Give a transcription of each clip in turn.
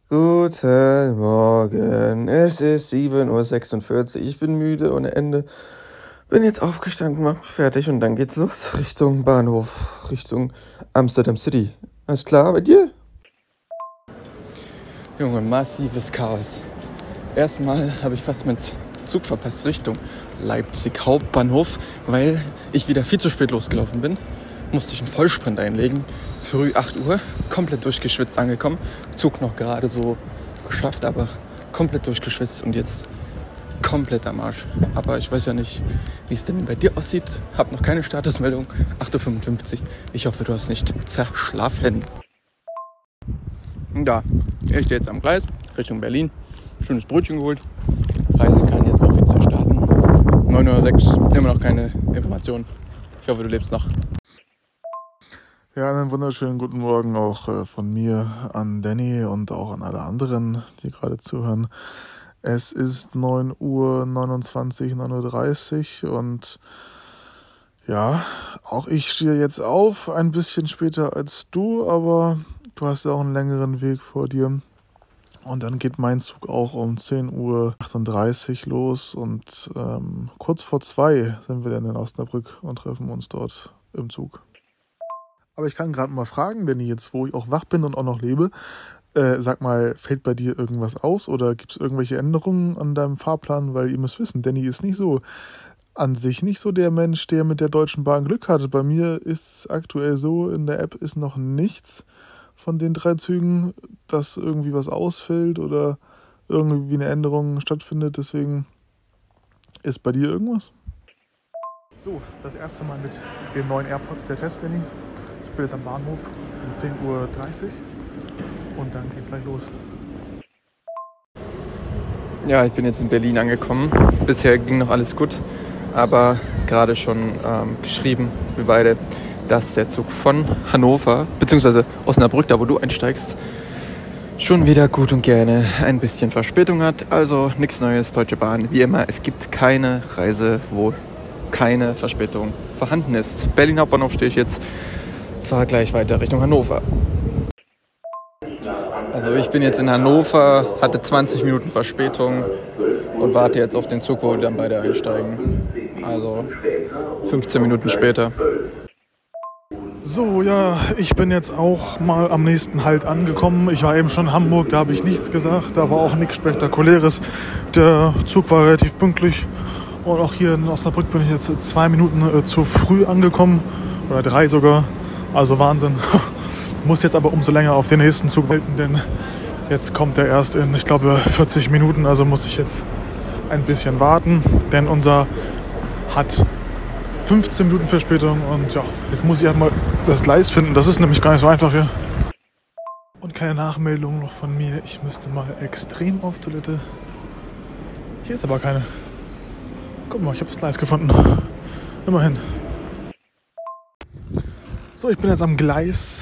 Guten Morgen, es ist 7:46 Uhr, ich bin müde ohne Ende. Bin jetzt aufgestanden, mach mich fertig und dann geht's los Richtung Bahnhof, Richtung Amsterdam City. Alles klar bei dir? Junge, massives Chaos. Erstmal habe ich fast mit Zug verpasst Richtung Leipzig Hauptbahnhof, weil ich wieder viel zu spät losgelaufen bin. Musste ich einen Vollsprint einlegen. Früh 8 Uhr, komplett durchgeschwitzt angekommen. Zug noch gerade so geschafft, aber komplett durchgeschwitzt und jetzt komplett am Arsch. Aber ich weiß ja nicht, wie es denn bei dir aussieht. Hab noch keine Statusmeldung. 8:55 Uhr. Ich hoffe, du hast nicht verschlafen. Ja, ich stehe jetzt am Gleis Richtung Berlin. Schönes Brötchen geholt. Reise kann jetzt offiziell starten. 9:06 Uhr, immer noch keine Informationen. Ich hoffe, du lebst noch. Ja, einen wunderschönen guten Morgen auch von mir an Danny und auch an alle anderen, die gerade zuhören. Es ist 9:29 Uhr, 9:30 Uhr und ja, auch ich stehe jetzt auf, ein bisschen später als du, aber du hast ja auch einen längeren Weg vor dir. Und dann geht mein Zug auch um 10:38 Uhr los und kurz vor 2 sind wir dann in Osnabrück und treffen uns dort im Zug. Aber ich kann gerade mal fragen, Danny, jetzt wo ich auch wach bin und auch noch lebe, sag mal, fällt bei dir irgendwas aus oder gibt es irgendwelche Änderungen an deinem Fahrplan? Weil ihr müsst wissen, Danny ist nicht so an sich nicht so der Mensch, der mit der Deutschen Bahn Glück hatte. Bei mir ist es aktuell so, in der App ist noch nichts von den 3 Zügen, dass irgendwie was ausfällt oder irgendwie eine Änderung stattfindet. Deswegen ist bei dir irgendwas? So, das erste Mal mit den neuen AirPods, der Test, Danny. Ich bin jetzt am Bahnhof um 10:30 Uhr und dann geht's gleich los. Ja, ich bin jetzt in Berlin angekommen. Bisher ging noch alles gut, aber gerade schon geschrieben, wir beide, dass der Zug von Hannover, beziehungsweise Osnabrück, da wo du einsteigst, schon wieder gut und gerne ein bisschen Verspätung hat. Also nichts Neues, Deutsche Bahn. Wie immer, es gibt keine Reise, wo keine Verspätung vorhanden ist. Berlin Hauptbahnhof stehe ich jetzt, fahre gleich weiter Richtung Hannover. Also ich bin jetzt in Hannover, hatte 20 Minuten Verspätung und warte jetzt auf den Zug, wo wir dann beide einsteigen. Also 15 Minuten später. So, ja, ich bin jetzt auch mal am nächsten Halt angekommen. Ich war eben schon in Hamburg, da habe ich nichts gesagt, da war auch nichts Spektakuläres. Der Zug war relativ pünktlich und auch hier in Osnabrück bin ich jetzt 2 Minuten zu früh angekommen, oder 3 sogar, also Wahnsinn. Muss jetzt aber umso länger auf den nächsten Zug warten, denn jetzt kommt der erst in, ich glaube, 40 Minuten, also muss ich jetzt ein bisschen warten, denn unser hat 15 Minuten Verspätung und ja, jetzt muss ich halt mal das Gleis finden. Das ist nämlich gar nicht so einfach hier. Und keine Nachmeldung noch von mir. Ich müsste mal extrem auf Toilette. Hier ist aber keine. Guck mal, ich habe das Gleis gefunden. Immerhin. So, ich bin jetzt am Gleis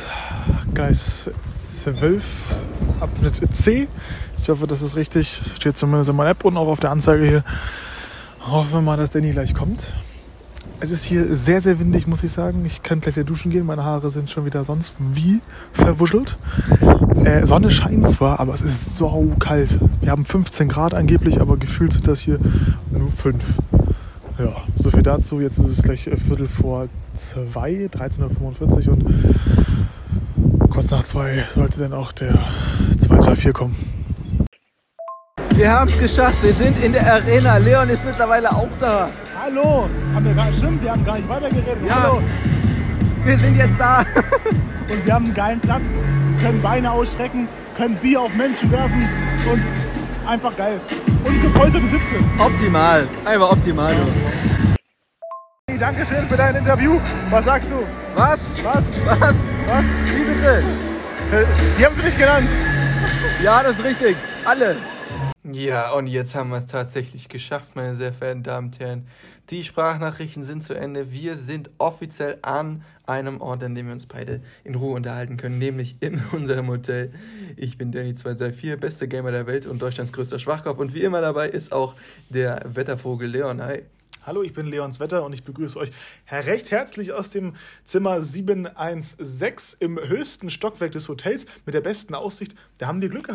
12, Abschnitt C. Ich hoffe, das ist richtig. Steht zumindest in meiner App und auch auf der Anzeige hier. Hoffen wir mal, dass Danny gleich kommt. Es ist hier sehr, sehr windig, muss ich sagen. Ich kann gleich wieder duschen gehen. Meine Haare sind schon wieder sonst wie verwuschelt. Sonne scheint zwar, aber es ist so kalt. Wir haben 15 Grad angeblich, aber gefühlt sind das hier nur 5. Ja, so viel dazu. Jetzt ist es gleich 2:15, 13:45 Uhr und kurz nach 2 sollte dann auch der 224 kommen. Wir haben es geschafft, wir sind in der Arena. Leon ist mittlerweile auch da. Hallo! Stimmt, wir haben gar nicht weitergeredet. Ja, Hallo! wir sind jetzt da. Und wir haben einen geilen Platz, können Beine ausstrecken, können Bier auf Menschen werfen und einfach geil. Und gepolsterte Sitze. Optimal, einfach optimal. Hey, Dankeschön für dein Interview. Was sagst du? Was? Wie bitte? Die haben sie nicht genannt. Ja, das ist richtig. Alle. Ja, und jetzt haben wir es tatsächlich geschafft, meine sehr verehrten Damen und Herren. Die Sprachnachrichten sind zu Ende. Wir sind offiziell an einem Ort, an dem wir uns beide in Ruhe unterhalten können, nämlich in unserem Hotel. Ich bin Danny234, beste Gamer der Welt und Deutschlands größter Schwachkopf. Und wie immer dabei ist auch der Wettervogel Leon. Hi. Hallo, ich bin Leons Wetter und ich begrüße euch recht herzlich aus dem Zimmer 716 im höchsten Stockwerk des Hotels mit der besten Aussicht. Da haben wir Glück gehabt.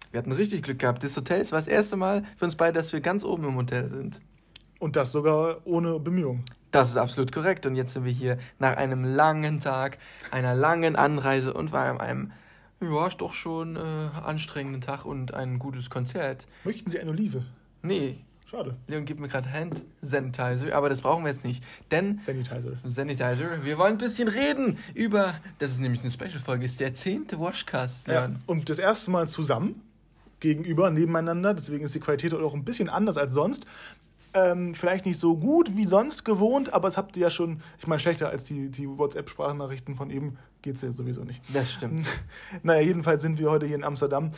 Wir hatten richtig Glück gehabt. Das Hotel war das erste Mal für uns beide, dass wir ganz oben im Hotel sind. Und das sogar ohne Bemühung. Das ist absolut korrekt. Und jetzt sind wir hier nach einem langen Tag, einer langen Anreise und war einem, ja, doch schon anstrengenden Tag und ein gutes Konzert. Möchten Sie eine Olive? Nee. Schade. Leon gibt mir gerade Hand Sanitizer, aber das brauchen wir jetzt nicht. Denn Sanitizer. Wir wollen ein bisschen reden über, das ist nämlich eine Special-Folge, ist der 10. Washcast, Leon. Ja, und das erste Mal zusammen, gegenüber, nebeneinander, deswegen ist die Qualität auch ein bisschen anders als sonst. Vielleicht nicht so gut wie sonst gewohnt, aber es habt ihr ja schon, ich meine, schlechter als die WhatsApp-Sprachnachrichten von eben geht's ja sowieso nicht. Das stimmt. Naja, jedenfalls sind wir heute hier in Amsterdam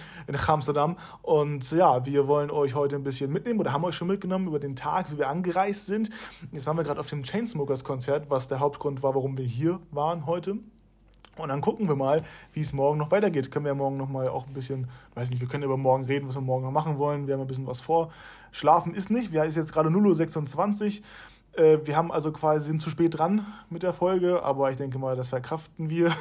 und ja, wir wollen euch heute ein bisschen mitnehmen oder haben euch schon mitgenommen über den Tag, wie wir angereist sind. Jetzt waren wir gerade auf dem Chainsmokers-Konzert, was der Hauptgrund war, warum wir hier waren heute. Und dann gucken wir mal, wie es morgen noch weitergeht. Können wir ja morgen noch mal auch ein bisschen, weiß nicht, wir können über morgen reden, was wir morgen noch machen wollen. Wir haben ein bisschen was vor. Schlafen ist nicht. Wir ist jetzt gerade 0:26 Uhr. Wir haben also quasi, sind zu spät dran mit der Folge, aber ich denke mal, das verkraften wir,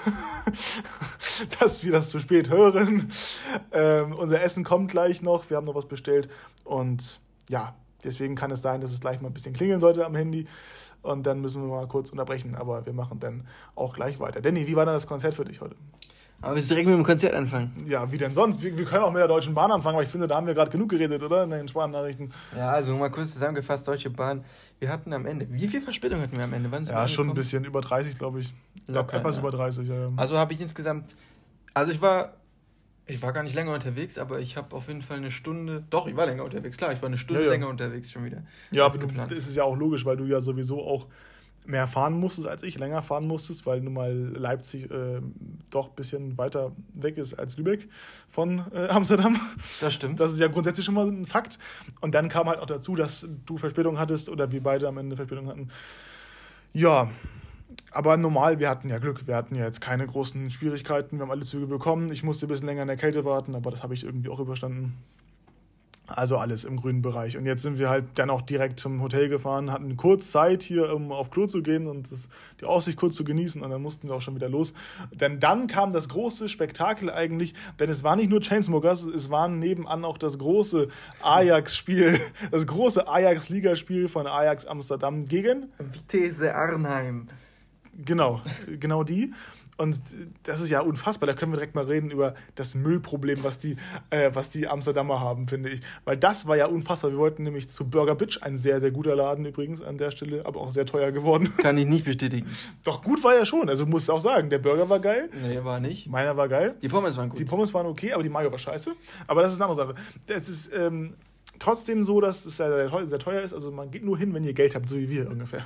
dass wir das zu spät hören. Unser Essen kommt gleich noch. Wir haben noch was bestellt. Und ja, deswegen kann es sein, dass es gleich mal ein bisschen klingeln sollte am Handy. Und dann müssen wir mal kurz unterbrechen, aber wir machen dann auch gleich weiter. Danny, wie war denn das Konzert für dich heute? Aber willst du direkt mit dem Konzert anfangen? Ja, wie denn sonst? Wir können auch mit der Deutschen Bahn anfangen, aber ich finde, da haben wir gerade genug geredet, oder? In den Sprachnachrichten. Ja, also mal kurz zusammengefasst, Deutsche Bahn. Wir hatten am Ende, wie viel Verspätung hatten wir am Ende? Wann sind wir Ja, schon ein angekommen? bisschen, über 30, glaube ich. Locker, Etwas ja. über 30, ja. Also habe ich insgesamt, also ich war gar nicht länger unterwegs, aber ich habe auf jeden Fall eine Stunde, doch, ich war länger unterwegs, klar, ich war eine Stunde länger unterwegs schon wieder. Ja, aber geplant. das ist ja auch logisch, weil du ja sowieso auch mehr fahren musstest als ich, länger fahren musstest, weil nun mal Leipzig doch ein bisschen weiter weg ist als Lübeck von Amsterdam. Das stimmt. Das ist ja grundsätzlich schon mal ein Fakt. Und dann kam halt auch dazu, dass du Verspätung hattest oder wir beide am Ende Verspätung hatten. Ja, aber normal, wir hatten ja Glück. Wir hatten ja jetzt keine großen Schwierigkeiten. Wir haben alle Züge bekommen. Ich musste ein bisschen länger in der Kälte warten, aber das habe ich irgendwie auch überstanden. Also alles im grünen Bereich. Und jetzt sind wir halt dann auch direkt zum Hotel gefahren, hatten kurz Zeit hier, um auf Klo zu gehen und die Aussicht kurz zu genießen. Und dann mussten wir auch schon wieder los. Denn dann kam das große Spektakel eigentlich, denn es war nicht nur Chainsmokers, es war nebenan auch das große Ajax-Spiel, das große Ajax-Ligaspiel von Ajax Amsterdam gegen Vitesse Arnhem. Genau die. Und das ist ja unfassbar. Da können wir direkt mal reden über das Müllproblem, was die Amsterdamer haben, finde ich. Weil das war ja unfassbar. Wir wollten nämlich zu Burger Bitch, ein sehr, sehr guter Laden übrigens an der Stelle, aber auch sehr teuer geworden. Kann ich nicht bestätigen. Doch gut war ja schon. Also musst du auch sagen, der Burger war geil. Nee, war nicht. Meiner war geil. Die Pommes waren gut. Die Pommes waren okay, aber die Mayo war scheiße. Aber das ist eine andere Sache. Das ist trotzdem so, dass es sehr, sehr teuer ist. Also man geht nur hin, wenn ihr Geld habt, so wie wir ungefähr.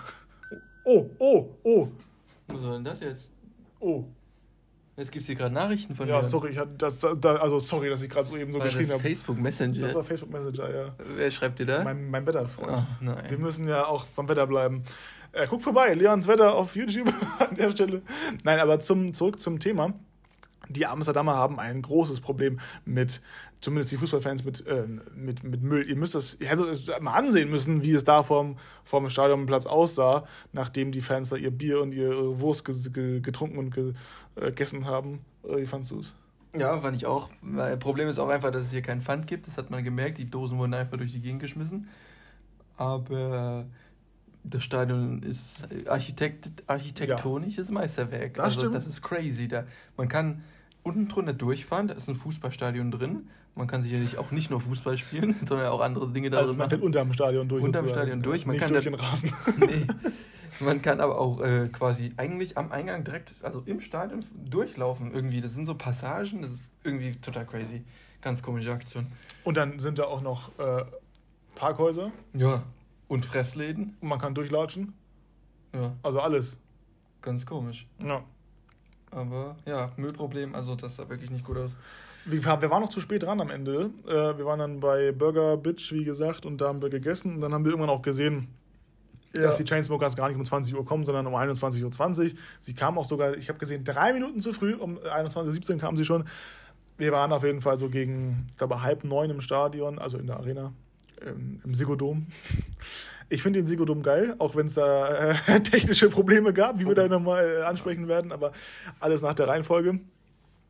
Oh. Was soll denn das jetzt? Oh. Jetzt gibt es hier gerade Nachrichten von Ja, dir. sorry, sorry, dass ich gerade so eben so geschrien habe. Facebook Messenger. Das war Facebook Messenger, ja. Wer schreibt dir da? Mein Wetterfreund. Ach, nein. Wir müssen ja auch beim Wetter bleiben. Guck vorbei, Leons Wetter auf YouTube an der Stelle. Nein, aber zurück zum Thema. Die Amsterdamer haben ein großes Problem mit, zumindest die Fußballfans, mit Müll. Ihr hättet es mal ansehen müssen, wie es da vorm Stadionplatz aussah, nachdem die Fans da ihr Bier und ihre Wurst getrunken und gegessen haben. Wie fandst du es? Ja, fand ich auch. Weil Problem ist auch einfach, dass es hier keinen Pfand gibt. Das hat man gemerkt. Die Dosen wurden einfach durch die Gegend geschmissen. Aber das Stadion ist architektonisches Meisterwerk. Das stimmt. Das ist crazy. Man kann unten drunter durchfahren, da ist ein Fußballstadion drin. Man kann sicherlich auch nicht nur Fußball spielen, sondern auch andere Dinge da drin man fährt unterm Stadion durch. Unterm Stadion durch. Man nicht kann durch den Rasen. Nee. Man kann aber auch quasi eigentlich am Eingang direkt, also im Stadion durchlaufen irgendwie. Das sind so Passagen, das ist irgendwie total crazy. Ganz komische Aktion. Und dann sind da auch noch Parkhäuser. Ja. Und Fressläden. Und man kann durchlatschen. Ja. Also alles. Ganz komisch. Ja. Aber ja, Müllproblem, also das sah wirklich nicht gut aus. Wir waren noch zu spät dran am Ende. Wir waren dann bei Burger Bitch, wie gesagt, und da haben wir gegessen. Und dann haben wir irgendwann auch gesehen, dass die Chainsmokers gar nicht um 20 Uhr kommen, sondern um 21.20 Uhr. Sie kamen auch sogar, ich habe gesehen, 3 Minuten zu früh. Um 21.17 Uhr kamen sie schon. Wir waren auf jeden Fall so gegen, ich glaube, 8:30 im Stadion, also in der Arena, im Siggo-Dom. Ich finde den Siggo-Dom geil, auch wenn es da technische Probleme gab, wie wir da nochmal ansprechen werden, aber alles nach der Reihenfolge.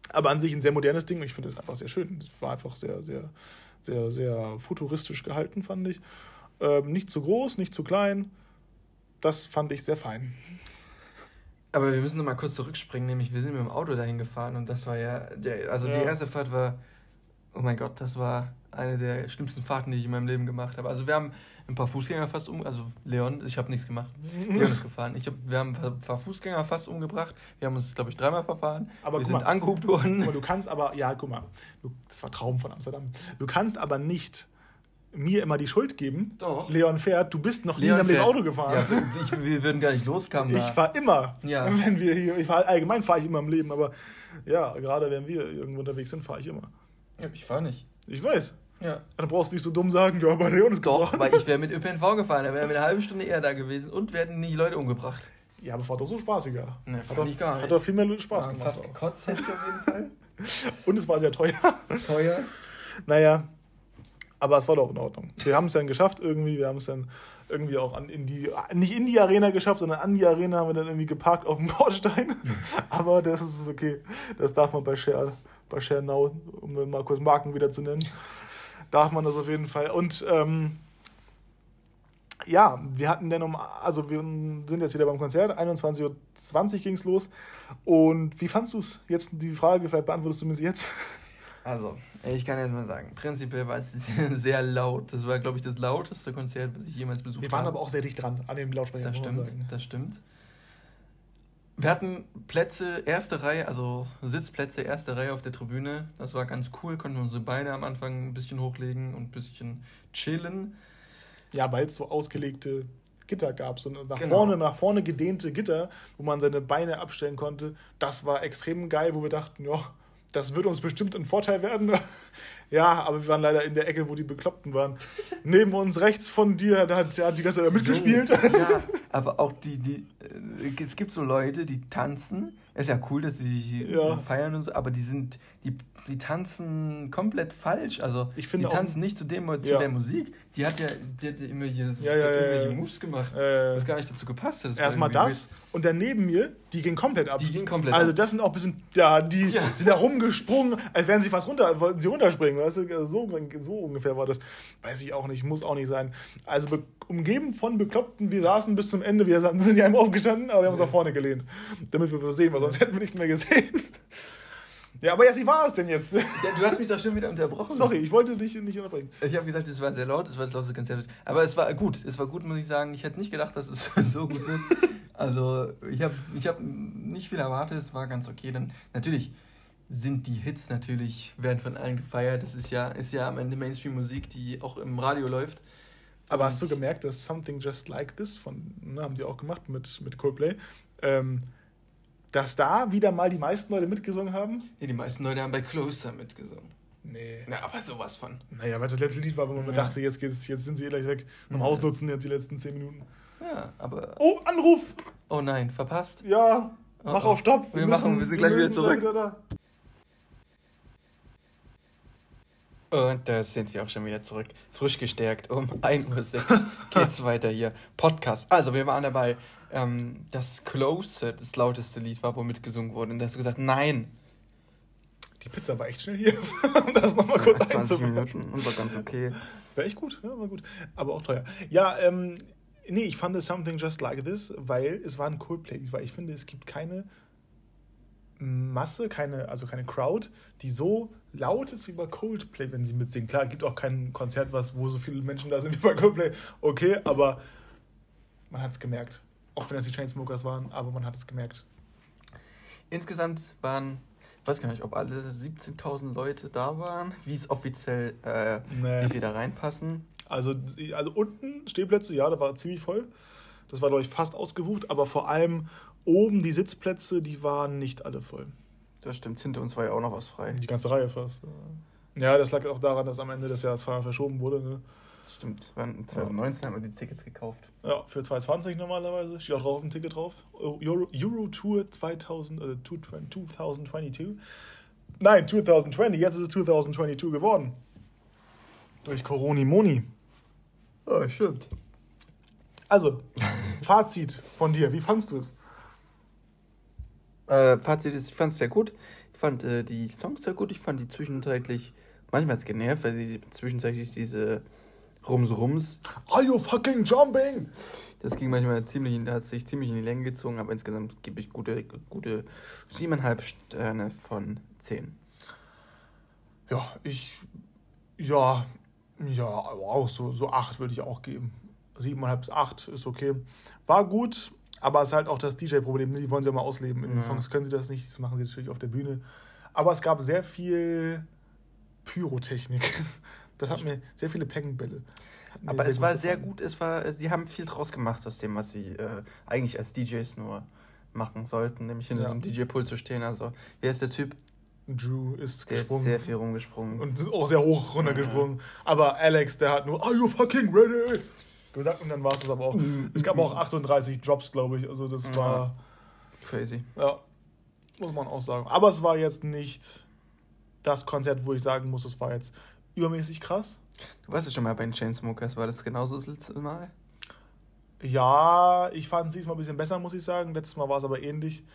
Aber an sich ein sehr modernes Ding. Ich finde es einfach sehr schön. Es war einfach sehr, sehr, sehr, sehr futuristisch gehalten, fand ich. Nicht zu groß, nicht zu klein. Das fand ich sehr fein. Aber wir müssen noch mal kurz zurückspringen, nämlich wir sind mit dem Auto dahin gefahren und das war die erste Fahrt war, oh mein Gott, das war eine der schlimmsten Fahrten, die ich in meinem Leben gemacht habe. Also wir haben ein paar Fußgänger fast also Leon, ich habe nichts gemacht, Leon ist gefahren. Wir haben ein paar Fußgänger fast umgebracht, wir haben uns, glaube ich, 3-mal verfahren, aber wir sind angehupt worden. Du kannst aber, das war Traum von Amsterdam, du kannst aber nicht mir immer die Schuld geben. Doch. Leon fährt, du bist noch nie mit dem Auto gefahren. Ja, wir würden gar nicht loskommen. Ich fahre immer, wenn wir hier, allgemein fahre ich immer im Leben, aber ja, gerade wenn wir irgendwo unterwegs sind, fahre ich immer. Ja, ich fahre nicht. Ich weiß. Ja. Dann brauchst du nicht so dumm sagen, ja, aber Leon ist gefahren. Doch, weil ich wäre mit ÖPNV gefahren, da wären wir eine halbe Stunde eher da gewesen und wir hätten nicht Leute umgebracht. Ja, aber war doch so spaßiger. Ne, hat doch viel mehr Spaß gemacht. Fast gekotzt hätte ich auf jeden Fall. Und es war sehr teuer. Naja, aber es war doch in Ordnung. Wir haben es dann geschafft irgendwie. Wir haben es dann irgendwie auch nicht in die Arena geschafft, sondern an die Arena haben wir dann irgendwie geparkt auf dem Bordstein. Aber das ist okay. Das darf man bei Share Now, um mal kurz Marken wieder zu nennen, darf man das auf jeden Fall. Und wir hatten dann wir sind jetzt wieder beim Konzert, 21:20 Uhr ging es los. Und wie fandst du es? Jetzt die Frage, vielleicht beantwortest du mir sie jetzt. Also, ich kann jetzt mal sagen, prinzipiell war es sehr laut. Das war, glaube ich, das lauteste Konzert, was ich jemals besucht habe. Wir waren aber auch sehr dicht dran an dem Lautsprecher. Das stimmt. Wir hatten Plätze, erste Reihe, also Sitzplätze, erste Reihe auf der Tribüne. Das war ganz cool, konnten wir unsere Beine am Anfang ein bisschen hochlegen und ein bisschen chillen. Ja, weil es so ausgelegte Gitter gab, so nach vorne gedehnte Gitter, wo man seine Beine abstellen konnte. Das war extrem geil, wo wir dachten, ja, das wird uns bestimmt ein Vorteil werden. Ja, aber wir waren leider in der Ecke, wo die Bekloppten waren. Neben uns, rechts von dir, da hat die ganze Zeit mitgespielt. Ja, aber auch es gibt so Leute, die tanzen. Ist ja cool, dass sie feiern und so, aber die tanzen komplett falsch. Also ich finde die tanzen nicht zu der Musik. Die hat immer hier irgendwelche Moves gemacht, was gar nicht dazu gepasst hat. Erstmal das und dann neben mir, die ging komplett ab. Also das sind auch ein bisschen, sind da rumgesprungen, als wären sie wollten sie runterspringen. Weißt du? So ungefähr war das. Weiß ich auch nicht, muss auch nicht sein. Also umgeben von Bekloppten, wir saßen bis zum Ende, wir sind ja einmal aufgestanden, aber wir haben uns nach vorne gelehnt, damit wir sehen, weil sonst hätten wir nichts mehr gesehen. Ja, aber jetzt, wie war es denn jetzt? Ja, du hast mich doch schon wieder unterbrochen. Sorry, ich wollte dich nicht unterbrechen. Ich habe gesagt, es war sehr laut, es war das lauteste Konzert. Aber es war gut, muss ich sagen. Ich hätte nicht gedacht, dass es so gut wird. Also, ich hab nicht viel erwartet, es war ganz okay. Dann, natürlich sind die Hits werden von allen gefeiert. Das ist ja am Ende Mainstream-Musik, die auch im Radio läuft. Aber hast du gemerkt, dass Something Just Like This haben die auch gemacht mit Coldplay, dass da wieder mal die meisten Leute mitgesungen haben? Nee, die meisten Leute haben bei Closer mitgesungen. Nee. Na, aber sowas von. Naja, weil es das letzte Lied war, wo man dachte, jetzt sind sie gleich weg. Beim Ausnutzen jetzt die letzten 10 Minuten. Ja, aber... Oh, Anruf! Oh nein, verpasst? Ja, mach auf Stopp. Wir sind gleich wieder zurück. Da. Und da sind wir auch schon wieder zurück. Frisch gestärkt. Um 1:06 Uhr geht's weiter hier. Podcast. Also, wir waren dabei. Das Closer, das lauteste Lied war, wo mitgesungen wurde. Und da hast du gesagt, nein. Die Pizza war echt schnell hier, um das nochmal kurz 20 Minuten und war ganz okay. Das war echt gut, ja, war gut. Aber auch teuer. Ja, ich fand Something Just Like This, weil es war ein Coldplay. Weil ich finde, es gibt keine Masse, keine Crowd, die so laut ist wie bei Coldplay, wenn sie mitsingen. Klar, es gibt auch kein Konzert, wo so viele Menschen da sind wie bei Coldplay. Okay, aber man hat es gemerkt. Auch wenn das die Chainsmokers waren, aber man hat es gemerkt. Insgesamt waren, ich weiß gar nicht, ob alle 17.000 Leute da waren, wie es offiziell, wie viel da reinpassen. Also unten Stehplätze, ja, da war ziemlich voll. Das war, glaube ich, fast ausgebucht, aber vor allem oben die Sitzplätze, die waren nicht alle voll. Das stimmt, hinter uns war ja auch noch was frei. Die ganze Reihe fast. Ja, das lag auch daran, dass am Ende des Jahres zweimal verschoben wurde. Ne? Stimmt, 2019 haben wir die Tickets gekauft. Ja, für 2020 normalerweise. Steht auch drauf auf dem Ticket drauf. Euro Tour 2022. Nein, 2020. Jetzt ist es 2022 geworden. Durch Corona-Moni. Oh, stimmt. Also, Fazit von dir. Wie fandst du es? Fazit ist, ich fand es sehr gut. Ich fand die Songs sehr gut. Ich fand die zwischenzeitlich, manchmal hat's genervt, weil die zwischenzeitlich diese Rums. Are you fucking jumping? Das ging manchmal hat sich ziemlich in die Länge gezogen, aber insgesamt gebe ich gute 7,5 Sterne von 10. Ja, auch so 8 würde ich auch geben. 7,5 bis 8 ist okay. War gut, aber es ist halt auch das DJ-Problem. Die wollen sie ja mal ausleben. In den Songs können sie das nicht, das machen sie natürlich auf der Bühne. Aber es gab sehr viel Pyrotechnik. Das hat mir sehr viele Peggenbälle. Aber es war sehr gut, sie haben viel draus gemacht aus dem, was sie eigentlich als DJs nur machen sollten, nämlich hinter so einem DJ-Pult zu stehen. Also, wer ist der Typ? Drew ist der gesprungen. Ist sehr viel rumgesprungen. Und ist auch sehr hoch runtergesprungen. Aber Alex, der hat nur, are you fucking ready? gesagt und dann war es das aber auch. Es gab auch 38 Drops, glaube ich. Also das war... Crazy. Ja, muss man auch sagen. Aber es war jetzt nicht das Konzert, wo ich sagen muss, es war jetzt übermäßig krass. Du warst ja schon mal bei den Chainsmokers, war das genauso das letzte Mal? Ja, ich fand es diesmal ein bisschen besser, muss ich sagen. Letztes Mal war es aber ähnlich.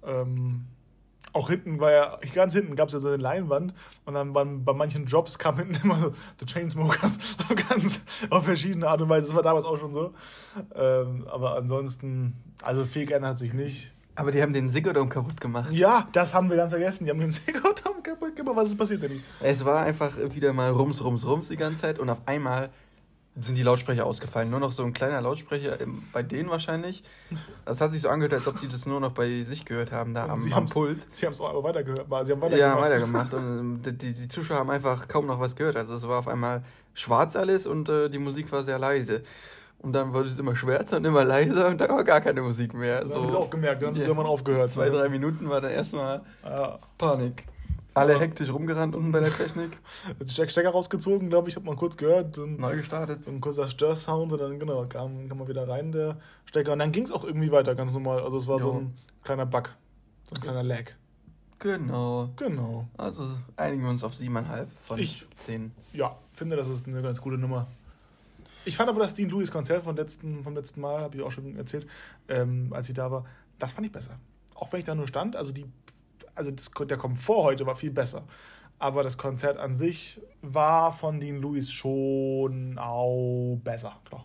Auch hinten war ja, ganz hinten gab es ja so eine Leinwand und dann bei manchen Jobs kam hinten immer so The Chainsmokers ganz auf verschiedene Art und Weise. Das war damals auch schon so. Aber ansonsten, also viel geändert hat sich nicht. Aber die haben den Ziggo-Dome kaputt gemacht. Ja, das haben wir ganz vergessen. Die haben den Ziggo-Dome kaputt gemacht. Was ist passiert denn? Es war einfach wieder mal Rums die ganze Zeit und auf einmal sind die Lautsprecher ausgefallen. Nur noch so ein kleiner Lautsprecher, bei denen wahrscheinlich. Das hat sich so angehört, als ob die das nur noch bei sich gehört haben, da am Pult. Sie haben es auch aber weitergehört. Weitergemacht. Und die Zuschauer haben einfach kaum noch was gehört. Also es war auf einmal schwarz alles und die Musik war sehr leise. Und dann wurde es immer schwärzer und immer leiser und dann war gar keine Musik mehr. Das haben sie auch gemerkt, dann haben sie irgendwann aufgehört. 2-3 Minuten war dann erstmal Panik. Alle hektisch rumgerannt unten bei der Technik. Stecker rausgezogen, glaube ich, hat man kurz gehört. Neu gestartet. So ein kurzer Störsound und dann kam man wieder rein, der Stecker. Und dann ging es auch irgendwie weiter, ganz normal. Also es war so ein kleiner Bug, so ein kleiner Lag. Genau. Also einigen wir uns auf 7,5 von 10. Ja, finde, das ist eine ganz gute Nummer. Ich fand aber das Dean Lewis Konzert vom letzten Mal, habe ich auch schon erzählt, als ich da war, das fand ich besser. Auch wenn ich da nur stand, der Komfort heute war viel besser. Aber das Konzert an sich war von Dean Lewis schon auch besser, klar.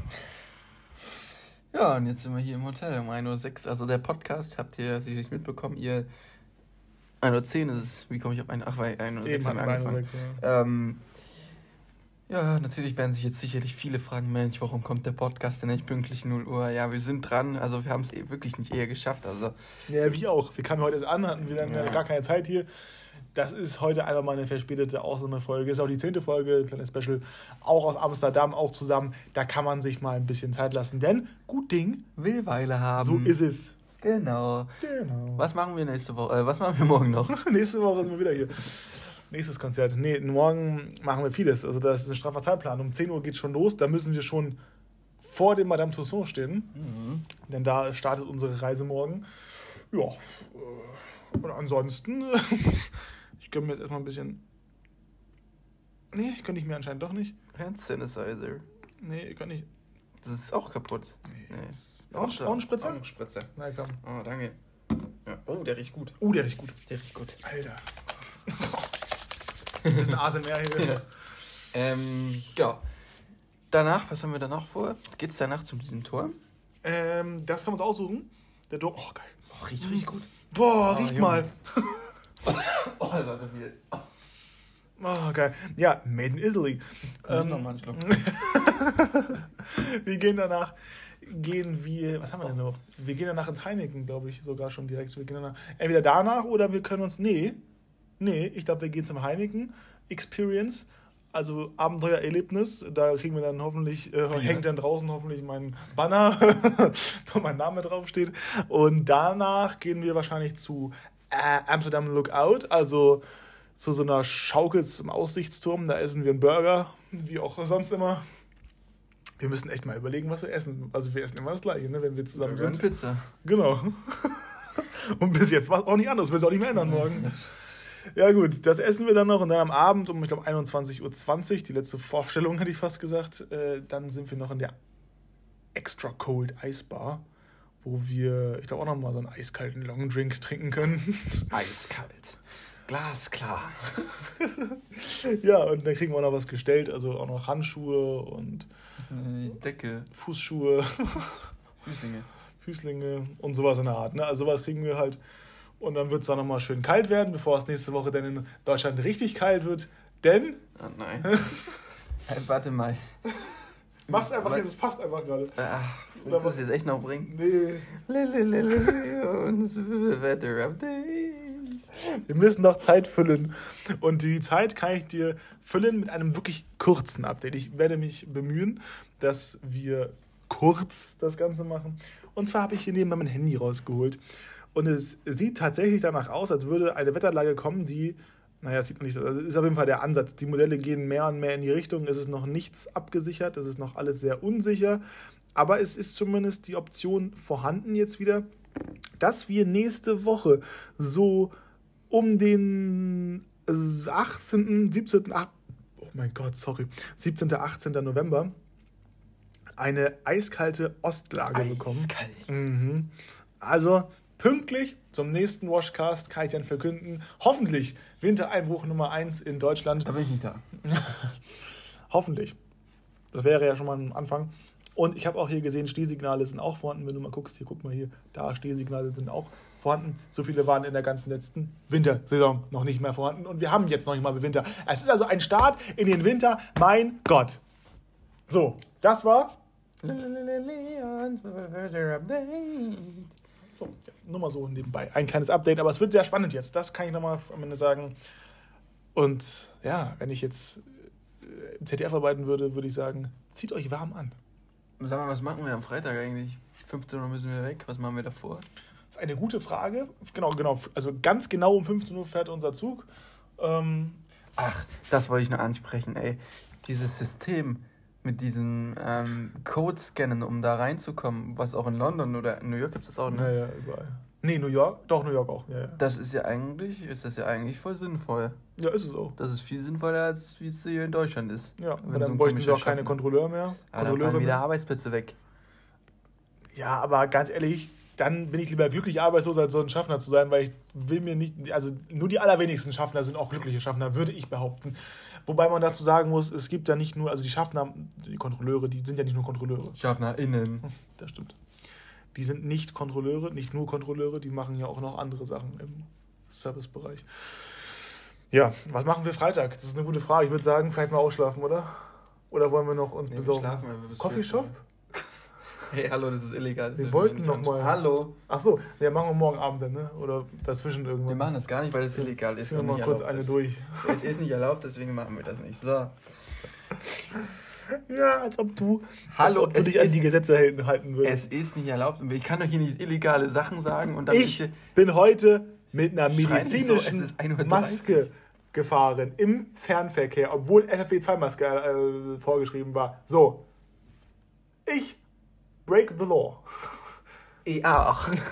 Ja, und jetzt sind wir hier im Hotel um 1:06 Uhr. Also der Podcast, habt ihr sicherlich mitbekommen, 1:10 Uhr ist es. Wie komme ich auf 1:06 haben wir angefangen. 1:06, ja, natürlich werden sich jetzt sicherlich viele fragen, Mensch, warum kommt der Podcast denn nicht pünktlich 0 Uhr? Ja, wir sind dran, also wir haben es wirklich nicht eher geschafft. Also. Ja, wie auch. Wir kamen heute erst an, hatten wir dann gar keine Zeit hier. Das ist heute einfach mal eine verspätete Ausnahmefolge. Ist auch die 10. Folge, kleines Special, auch aus Amsterdam, auch zusammen. Da kann man sich mal ein bisschen Zeit lassen, denn gut Ding will Weile haben. So ist es. Genau. Was machen wir nächste Woche? Was machen wir morgen noch? Nächste Woche sind wir wieder hier. Nächstes Konzert. Nee, morgen machen wir vieles. Also das ist ein straffer Zeitplan. Um 10 Uhr geht schon los. Da müssen wir schon vor dem Madame Tussauds stehen. Denn da startet unsere Reise morgen. Ja. Und ansonsten, ich gönne mir jetzt erstmal ein bisschen... Nee, gönne ich mir anscheinend doch nicht. Hand Sanitizer. Nee, gönne ich... Das ist auch kaputt. Nee. Auch ein Spritzer? Auch ein Spritzer. Na komm. Oh, danke. Ja. Oh, der riecht gut. Der riecht gut. Alter. Das ist ein ASMR hier. Ja. Danach, was haben wir danach vor? Geht's danach zu diesem Tor? Das können wir uns aussuchen. Der Dom. Oh, geil. Oh, riecht gut. Boah, riecht mal. Oh, das war so viel. Oh, geil. Ja, made in Italy. Nochmal einen Schluck. Wir gehen danach. Was haben wir denn noch? Wir gehen danach ins Heineken, glaube ich, sogar schon direkt. Wir gehen danach, entweder danach oder wir können uns. Nee, ich glaube, wir gehen zum Heineken Experience, also Abenteuererlebnis. Da kriegen wir dann hoffentlich, hängt dann draußen hoffentlich mein Banner, wo mein Name draufsteht. Und danach gehen wir wahrscheinlich zu Amsterdam Lookout, also zu so einer Schaukel zum Aussichtsturm. Da essen wir einen Burger, wie auch sonst immer. Wir müssen echt mal überlegen, was wir essen. Also wir essen immer das Gleiche, ne, wenn wir zusammen Burger sind. Und Pizza. Genau. Und bis jetzt war es auch nicht anders. Wir es auch nicht mehr ändern morgen. Ja gut, das essen wir dann noch und dann am Abend um, ich glaube, 21:20 Uhr, die letzte Vorstellung hätte ich fast gesagt, dann sind wir noch in der Extra Cold Ice Bar, wo wir, ich glaube, auch nochmal so einen eiskalten Longdrink trinken können. Eiskalt. Glasklar. Ja, und dann kriegen wir auch noch was gestellt, also auch noch Handschuhe und Decke. Fußschuhe, Füßlinge. und sowas in der Art. Ne? Also sowas kriegen wir halt. Und dann wird es dann nochmal schön kalt werden, bevor es nächste Woche dann in Deutschland richtig kalt wird. Denn... Oh nein. Warte mal. Mach's einfach jetzt, es passt einfach gerade. Willst du es jetzt echt noch bringen? Nee. Und Wetter-Update. Wir müssen noch Zeit füllen. Und die Zeit kann ich dir füllen mit einem wirklich kurzen Update. Ich werde mich bemühen, dass wir kurz das Ganze machen. Und zwar habe ich hier nebenbei mein Handy rausgeholt. Und es sieht tatsächlich danach aus, als würde eine Wetterlage kommen, die... Naja, es sieht man nicht. Also ist auf jeden Fall der Ansatz. Die Modelle gehen mehr und mehr in die Richtung. Es ist noch nichts abgesichert. Es ist noch alles sehr unsicher. Aber es ist zumindest die Option vorhanden jetzt wieder, dass wir nächste Woche so um den 18., 17., oh mein Gott, sorry, 17., 18. November eine eiskalte Ostlage bekommen. Eiskalt. Mhm. Also pünktlich zum nächsten Washcast kann ich dann verkünden, hoffentlich Wintereinbruch Nummer 1 in Deutschland. Da bin ich nicht da. Hoffentlich. Das wäre ja schon mal ein Anfang. Und ich habe auch hier gesehen, Stehsignale sind auch vorhanden. Wenn du mal guckst, hier, guck mal hier, da, Stehsignale sind auch vorhanden. So viele waren in der ganzen letzten Wintersaison noch nicht mehr vorhanden. Und wir haben jetzt noch nicht mal Winter. Es ist also ein Start in den Winter. Mein Gott. So, das war... So, ja, nur mal so nebenbei. Ein kleines Update, aber es wird sehr spannend jetzt. Das kann ich nochmal am Ende sagen. Und ja, wenn ich jetzt im ZDF arbeiten würde, würde ich sagen, zieht euch warm an. Sag mal, was machen wir am Freitag eigentlich? 15 Uhr müssen wir weg. Was machen wir davor? Das ist eine gute Frage. Genau. Also ganz genau um 15 Uhr fährt unser Zug. Ach, das wollte ich noch ansprechen, ey. Dieses System mit diesen Code-Scannen, um da reinzukommen, was auch in London oder in New York gibt es das auch, ne? Naja, überall. Nee, New York? Doch, New York auch. Ja. Das ist ja eigentlich voll sinnvoll. Ja, ist es auch. Das ist viel sinnvoller, als wie es hier in Deutschland ist. Ja, Wenn weil so dann ein bräuchten wir auch komischer keine Chef- Kontrolleure mehr. Aber dann fallen wieder Arbeitsplätze weg. Ja, aber ganz ehrlich, dann bin ich lieber glücklich arbeitslos, als so ein Schaffner zu sein, weil ich will mir nicht, also nur die allerwenigsten Schaffner sind auch glückliche Schaffner, würde ich behaupten. Wobei man dazu sagen muss, es gibt ja nicht nur, also die Schaffner, die Kontrolleure, die sind ja nicht nur Kontrolleure. SchaffnerInnen. Das stimmt. Die sind nicht Kontrolleure, nicht nur Kontrolleure, die machen ja auch noch andere Sachen im Servicebereich. Ja, was machen wir Freitag? Das ist eine gute Frage. Ich würde sagen, vielleicht mal ausschlafen, oder? Oder wollen wir noch uns besorgen? Wir schlafen, wir Coffeeshop? Hey, hallo, das ist illegal. Das Wir dürfen wollten nicht noch mal. Hallo. Ach so, ja, machen wir morgen Abend dann, ne? Oder dazwischen irgendwann. Wir machen das gar nicht, weil das illegal ist. Ziehen wir und mal nicht kurz erlaubt eine ist. durch. Es ist nicht erlaubt, deswegen machen wir das nicht. So. Ja, als ob du, Hallo, als ob du dich an die Gesetze halten würdest. Es ist nicht erlaubt. Ich kann doch hier nicht illegale Sachen sagen und dann Ich bin heute mit einer Schrei nicht so, es medizinischen ist 1:30 Uhr. Maske gefahren im Fernverkehr, obwohl FFP2-Maske vorgeschrieben war. So, ich break the law. Ja.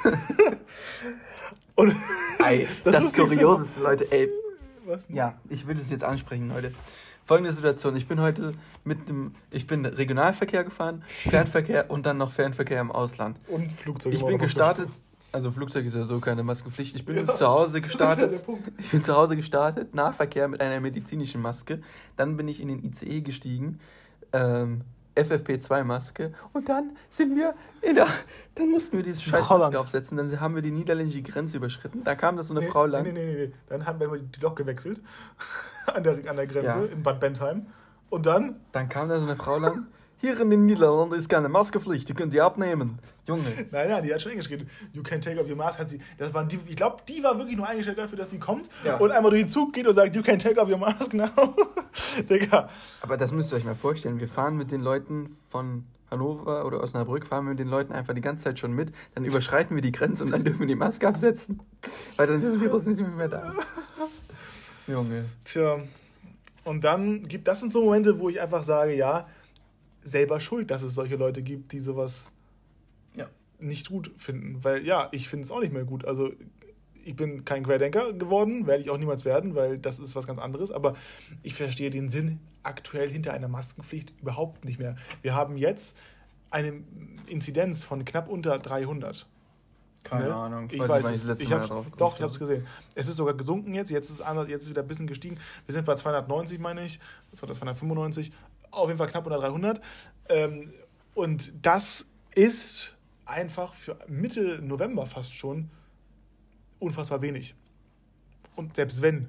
Und Ey, das ist Lustigste- kurios, Leute. Ey, Was denn? ja, ich will das jetzt ansprechen, Leute. Folgende Situation. Ich bin heute Regionalverkehr gefahren, Fernverkehr und dann noch Fernverkehr im Ausland. Und Flugzeug. Ich bin gestartet, also Flugzeug ist ja so keine Maskenpflicht. Ich bin zu Das ist ja Hause der gestartet. Punkt. Ich bin zu Hause gestartet, Nahverkehr mit einer medizinischen Maske. Dann bin ich in den ICE gestiegen, FFP2-Maske. Und dann dann mussten wir diese scheiß Holland. Maske aufsetzen. Dann haben wir die niederländische Grenze überschritten. Da kam da so eine Frau lang. Nee. Dann haben wir die Lok gewechselt an der Grenze Ja. in Bad Bentheim. Und dann Dann kam da so eine Frau lang. Hier in den Niederlanden ist keine Maskepflicht, die könnt ihr abnehmen. Junge. Nein, die hat schon Englisch geredet. You can take off your mask. Ich glaube, die war wirklich nur eingestellt dafür, dass die kommt Ja. und einmal durch den Zug geht und sagt, you can take off your mask now. Digga. Aber das müsst ihr euch mal vorstellen. Wir fahren mit den Leuten von Hannover oder Osnabrück, fahren wir mit den Leuten einfach die ganze Zeit schon mit. Dann überschreiten wir die Grenze und dann dürfen wir die Maske absetzen. Weil dann ist das Virus nicht mehr da. Junge. Tja. Und dann das sind so Momente, wo ich einfach sage, ja, selber schuld, dass es solche Leute gibt, die sowas Ja. nicht gut finden. Weil ja, ich finde es auch nicht mehr gut. Also ich bin kein Querdenker geworden, werde ich auch niemals werden, weil das ist was ganz anderes. Aber ich verstehe den Sinn aktuell hinter einer Maskenpflicht überhaupt nicht mehr. Wir haben jetzt eine Inzidenz von knapp unter 300. Keine Ahnung. Ich weiß nicht, es. wann ich das letzte Ich Mal hab's, drauf geguckt doch, ich habe. habe es gesehen. Es ist sogar gesunken jetzt. Jetzt ist wieder ein bisschen gestiegen. Wir sind bei 290, meine ich. Das war das 295. Auf jeden Fall knapp unter 300. Und das ist einfach für Mitte November fast schon unfassbar wenig. Und selbst wenn,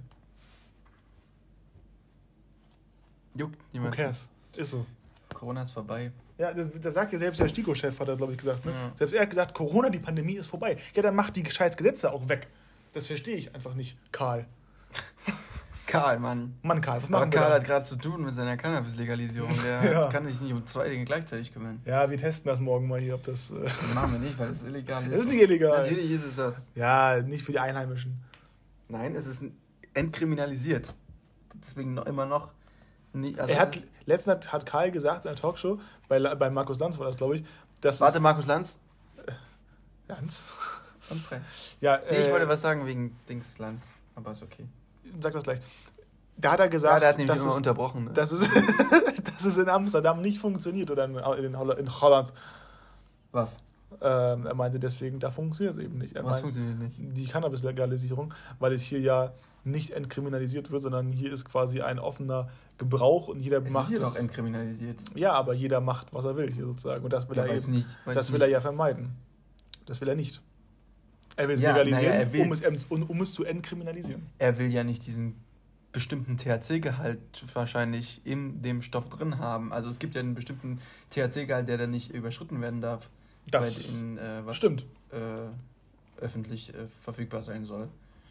Juckt who niemand. cares? Ist so. Corona ist vorbei. Ja, das sagt ja selbst der STIKO-Chef, hat er, glaube ich, gesagt. Ne? Ja. Selbst er hat gesagt, Corona, die Pandemie ist vorbei. Ja, dann macht die scheiß Gesetze auch weg. Das verstehe ich einfach nicht, Karl. Karl, Mann. Mann, Karl, was Aber machen wir Karl da? hat gerade zu tun mit seiner Cannabis-Legalisierung. Der Ja. kann sich nicht um 2 Dinge gleichzeitig kümmern. Ja, wir testen das morgen mal hier, ob das... Das machen wir nicht, weil es illegal ist. Das ist nicht illegal. Natürlich ist es das. Ja, nicht für die Einheimischen. Nein, es ist entkriminalisiert. Deswegen immer noch nicht. Also Letztens hat Karl gesagt in der Talkshow, bei Markus Lanz war das, glaube ich, dass warte, Markus Lanz? Lanz? Und Frey. Ja, Nee, ich wollte was sagen wegen Dings Lanz. Aber ist okay. Sag das gleich. Da hat er gesagt, Ja, der hat nämlich dass immer es- unterbrochen. Ne? dass es, dass es in Amsterdam nicht funktioniert oder in Holland. Was? Er meinte deswegen, da funktioniert es eben nicht. Er Was meint, funktioniert nicht? die Cannabis-Legalisierung, weil es hier ja nicht entkriminalisiert wird, sondern hier ist quasi ein offener Gebrauch und jeder Es macht ist hier es. doch entkriminalisiert. Ja, aber jeder macht, was er will hier sozusagen. Und das will Ja, er weiß eben, nicht, weiß das will nicht. er ja vermeiden. Das will er nicht. Er will es Ja, legalisieren, naja, er will- um es zu entkriminalisieren. Er will ja nicht diesen bestimmten THC-Gehalt wahrscheinlich in dem Stoff drin haben. Also es gibt ja einen bestimmten THC-Gehalt, der dann nicht überschritten werden darf. Das was stimmt. Öffentlich verfügbar sein soll.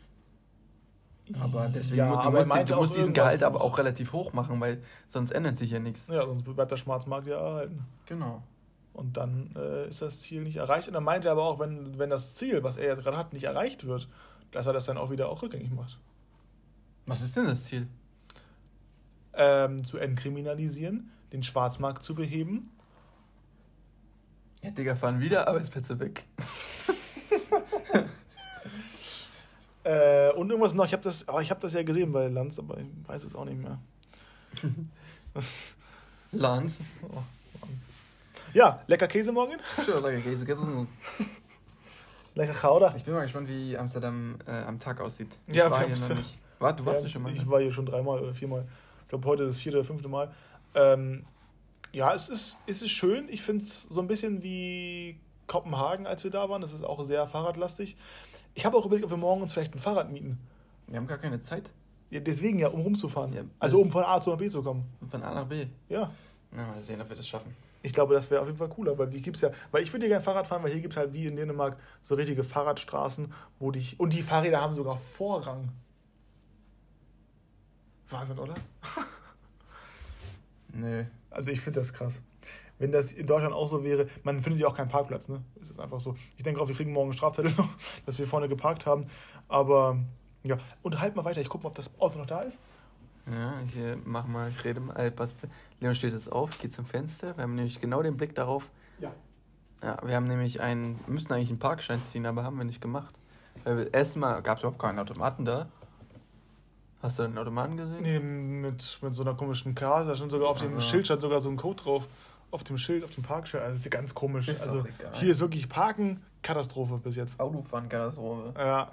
Aber deswegen Ja, aber er meinte du auch musst diesen irgendwas Gehalt aber noch. auch relativ hoch machen, weil sonst ändert sich ja nichts. Ja, sonst bleibt der Schwarzmarkt ja erhalten. Genau. Und dann ist das Ziel nicht erreicht. Und er meinte aber auch, wenn das Ziel, was er jetzt gerade hat, nicht erreicht wird, dass er das dann auch wieder auch rückgängig macht. Was ist denn das Ziel? Zu entkriminalisieren, den Schwarzmarkt zu beheben. Ja, Digga, fahren wieder Arbeitsplätze weg. Und irgendwas noch, ich habe das ja gesehen bei Lanz, aber ich weiß es auch nicht mehr. Lanz. Oh, ja, lecker Käse morgen. Schön, sag ich, Käse, Käse. Lecker Gouda. Ich bin mal gespannt, wie Amsterdam am Tag aussieht. Ich Ja, war wir hier haben's noch ja. nicht. Du warst ja schon mal. Ich Ne? war hier schon 3-mal oder 4-mal. Ich glaube, heute ist das 4. oder 5. Mal. Ja, es ist schön. Ich finde es so ein bisschen wie Kopenhagen, als wir da waren. Es ist auch sehr fahrradlastig. Ich habe auch überlegt, ob wir morgen uns vielleicht ein Fahrrad mieten. Wir haben gar keine Zeit, Ja, deswegen ja, um rumzufahren. Ja, also um von A zu B zu kommen. von A nach B. Ja. Na, mal sehen, ob wir das schaffen. Ich glaube, das wäre auf jeden Fall cooler, weil ich würde ja gerne Fahrrad fahren, weil hier gibt es halt wie in Dänemark so richtige Fahrradstraßen, und die Fahrräder haben sogar Vorrang. Wahnsinn, oder? Nö. Also ich finde das krass. Wenn das in Deutschland auch so wäre, man findet ja auch keinen Parkplatz, ne? Es ist einfach so. Ich denke auch, wir kriegen morgen einen Strafzettel noch, dass wir vorne geparkt haben. Aber ja, unterhalt mal weiter. Ich gucke mal, ob das Auto noch da ist. Ja, ich rede mal. Leon steht jetzt auf, geht zum Fenster. Wir haben nämlich genau den Blick darauf. Ja. Ja, wir haben nämlich müssen eigentlich einen Parkschein ziehen, aber haben wir nicht gemacht. Weil wir erstmal gab es überhaupt keinen Automaten da. Hast du einen Automaten gesehen? Nee, mit so einer komischen Karte. Da stand sogar auf dem Also. Schild stand sogar so ein Code drauf. Auf dem Schild, auf dem Parkschild. Also das ist ganz komisch. Ist Also auch egal. hier ist wirklich Parken Katastrophe bis jetzt. Autofahren-Katastrophe. Ja.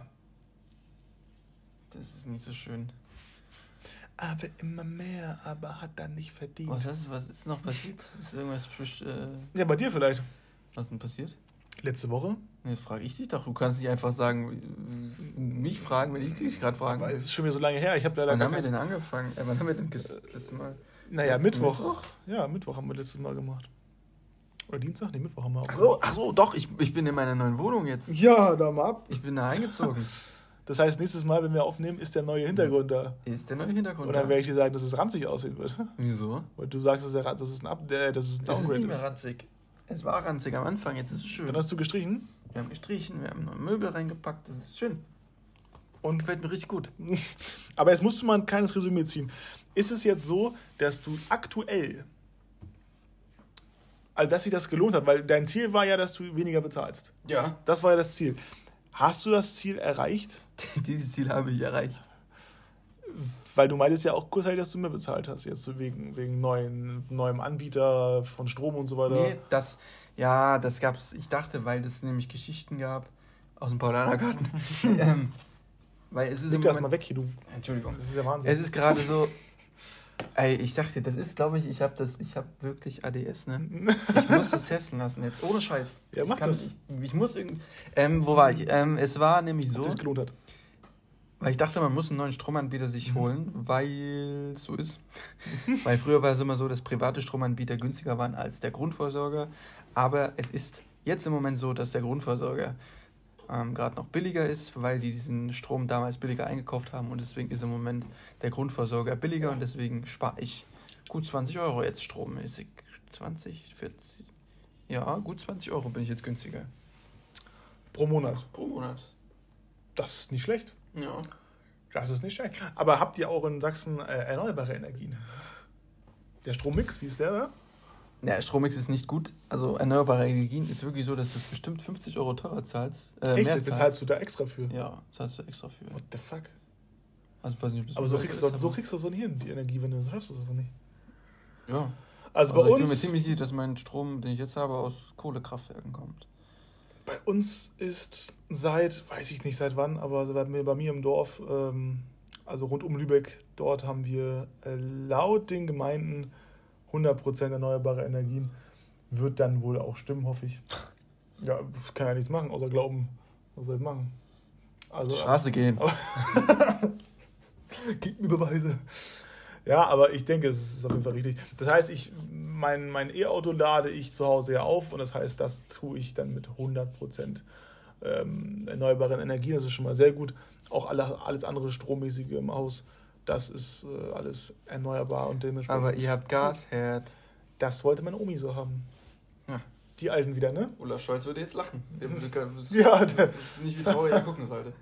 Das ist nicht so schön. Aber immer mehr, aber hat dann nicht verdient. Was ist noch passiert? Ist irgendwas Ja, bei dir vielleicht. was denn passiert? Letzte Woche. Nee, das frage ich dich doch. Du kannst nicht einfach mich fragen, wenn ich dich gerade fragen Aber will. es ist schon wieder so lange her. Ich habe leider Wann gar haben wir kein- denn angefangen? Wann haben wir denn das letzte Mal? Naja, Letzten Mittwoch. Ja, Mittwoch haben wir letztes Mal gemacht. Oder Dienstag? Nee, Mittwoch haben wir auch Ach so, doch, ich bin in meiner neuen Wohnung jetzt. Ja, da mal ab. Ich bin da eingezogen. Das heißt, nächstes Mal, wenn wir aufnehmen, ist der neue Hintergrund da. Ist der neue Hintergrund Und dann da? werde ich dir sagen, dass es ranzig aussehen wird. Wieso? Weil du sagst, dass es ein Es ist Downgrade nicht mehr ist. ranzig. Es war ranzig am Anfang, jetzt ist es schön. Dann hast du gestrichen. Wir haben gestrichen, wir haben neue Möbel reingepackt, das ist schön. Und Gefällt mir richtig gut. Aber jetzt musst du mal ein kleines Resümee ziehen. Ist es jetzt so, dass du aktuell, also dass sich das gelohnt hat, weil dein Ziel war ja, dass du weniger bezahlst. Ja. Das war ja das Ziel. Hast du das Ziel erreicht? Dieses Ziel habe ich erreicht. Weil du meintest ja auch kurzzeitig, dass du mehr bezahlt hast, jetzt so wegen neuem Anbieter von Strom und so weiter. Nee, das gab's, ich dachte, weil es nämlich Geschichten gab aus dem Paulanergarten. Weil es ist Leg das mal weg hier, du. Entschuldigung. Das ist ja Wahnsinn. Es ist gerade so, ey, ich dachte, das ist, glaube ich, ich hab wirklich ADS, ne? Ich muss das testen lassen jetzt, ohne Scheiß. Ja, mach das. Ich muss irgendwie, wo war ich? Es war nämlich so, Ob das gelohnt hat. weil ich dachte, man muss einen neuen Stromanbieter sich holen, weil es so ist. Weil früher war es immer so, dass private Stromanbieter günstiger waren als der Grundversorger. Aber es ist jetzt im Moment so, dass der Grundversorger gerade noch billiger ist, weil die diesen Strom damals billiger eingekauft haben. Und deswegen ist im Moment der Grundversorger billiger. Und deswegen spare ich gut 20 Euro jetzt strommäßig. 20, 40, ja, gut 20 Euro bin ich jetzt günstiger. Pro Monat. Pro Monat. Das ist nicht schlecht. Ja. Das ist nicht schlecht. Aber habt ihr auch in Sachsen erneuerbare Energien? Der Strommix, wie ist der da? Ja, Strommix ist nicht gut. Also erneuerbare Energien ist wirklich so, dass du bestimmt 50 Euro teurer zahlst. Echt? Mehr Bezahlst du da extra für? Ja, zahlst du extra für. What the fuck? Also, ich weiß nicht, ob das Aber so ist, kriegst du so nicht hin, die Energie, wenn du schaffst du das nicht. Ja. Also bei bei uns. Ich bin mir uns, ziemlich sicher, dass mein Strom, den ich jetzt habe, aus Kohlekraftwerken kommt. bei uns ist weiß ich nicht seit wann, aber bei mir im Dorf, also rund um Lübeck, dort haben wir laut den Gemeinden 100% erneuerbare Energien. Wird dann wohl auch stimmen, hoffe ich. Ja, kann ja nichts machen, außer glauben. Was soll ich machen? Auf die Straße gehen. Gib mir Beweise. Ja, aber ich denke, es ist auf jeden Fall richtig. Das heißt, mein E-Auto lade ich zu Hause ja auf und das heißt, das tue ich dann mit 100% erneuerbaren Energien. Das ist schon mal sehr gut. Auch alles andere Strommäßige im Haus, das ist alles erneuerbar und dementsprechend. Aber ihr habt Gasherd. Das wollte meine Omi so haben. Ja. Die Alten wieder, ne? Olaf Scholz würde jetzt lachen. Ja, das ist nicht, wie traurig er gucken sollte.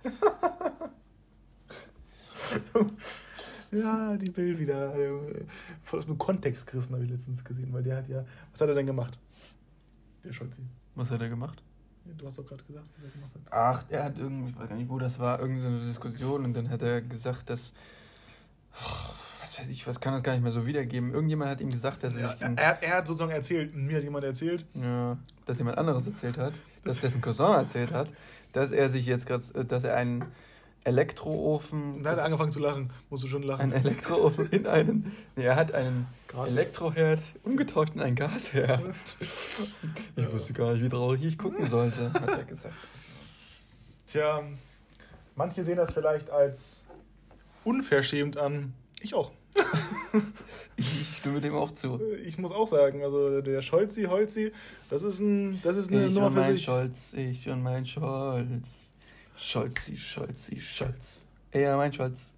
Ja, die Bild wieder. Voll aus dem Kontext gerissen, habe ich letztens gesehen, weil der hat ja. Was hat er denn gemacht? Der Scholzi. Was hat er gemacht? Ja, du hast doch gerade gesagt, was er gemacht hat. Ach, er hat irgendwie, ich weiß gar nicht, wo das war, irgendeine so eine Diskussion und dann hat er gesagt, dass. Was weiß ich, was kann das gar nicht mehr so wiedergeben. Irgendjemand hat ihm gesagt, dass er sich. Er hat sozusagen erzählt, mir hat jemand erzählt. Ja, dass jemand anderes erzählt hat, dass dessen Cousin erzählt hat, dass er sich jetzt gerade, dass er einen Elektroofen. Dann hat er angefangen zu lachen, musst du schon lachen. Ein Elektroofen in einen. Nee, er hat einen Gas. Elektroherd umgetauscht in einen Gasherd. Ich wusste gar nicht, wie traurig ich gucken sollte, hat er gesagt. Tja, manche sehen das vielleicht als unverschämt an. Ich auch. Ich stimme dem auch zu. Ich muss auch sagen, also der Holzi, das ist eine Nummer für sich. Ich und mein Scholz. Scholzi. Er mein Scholz.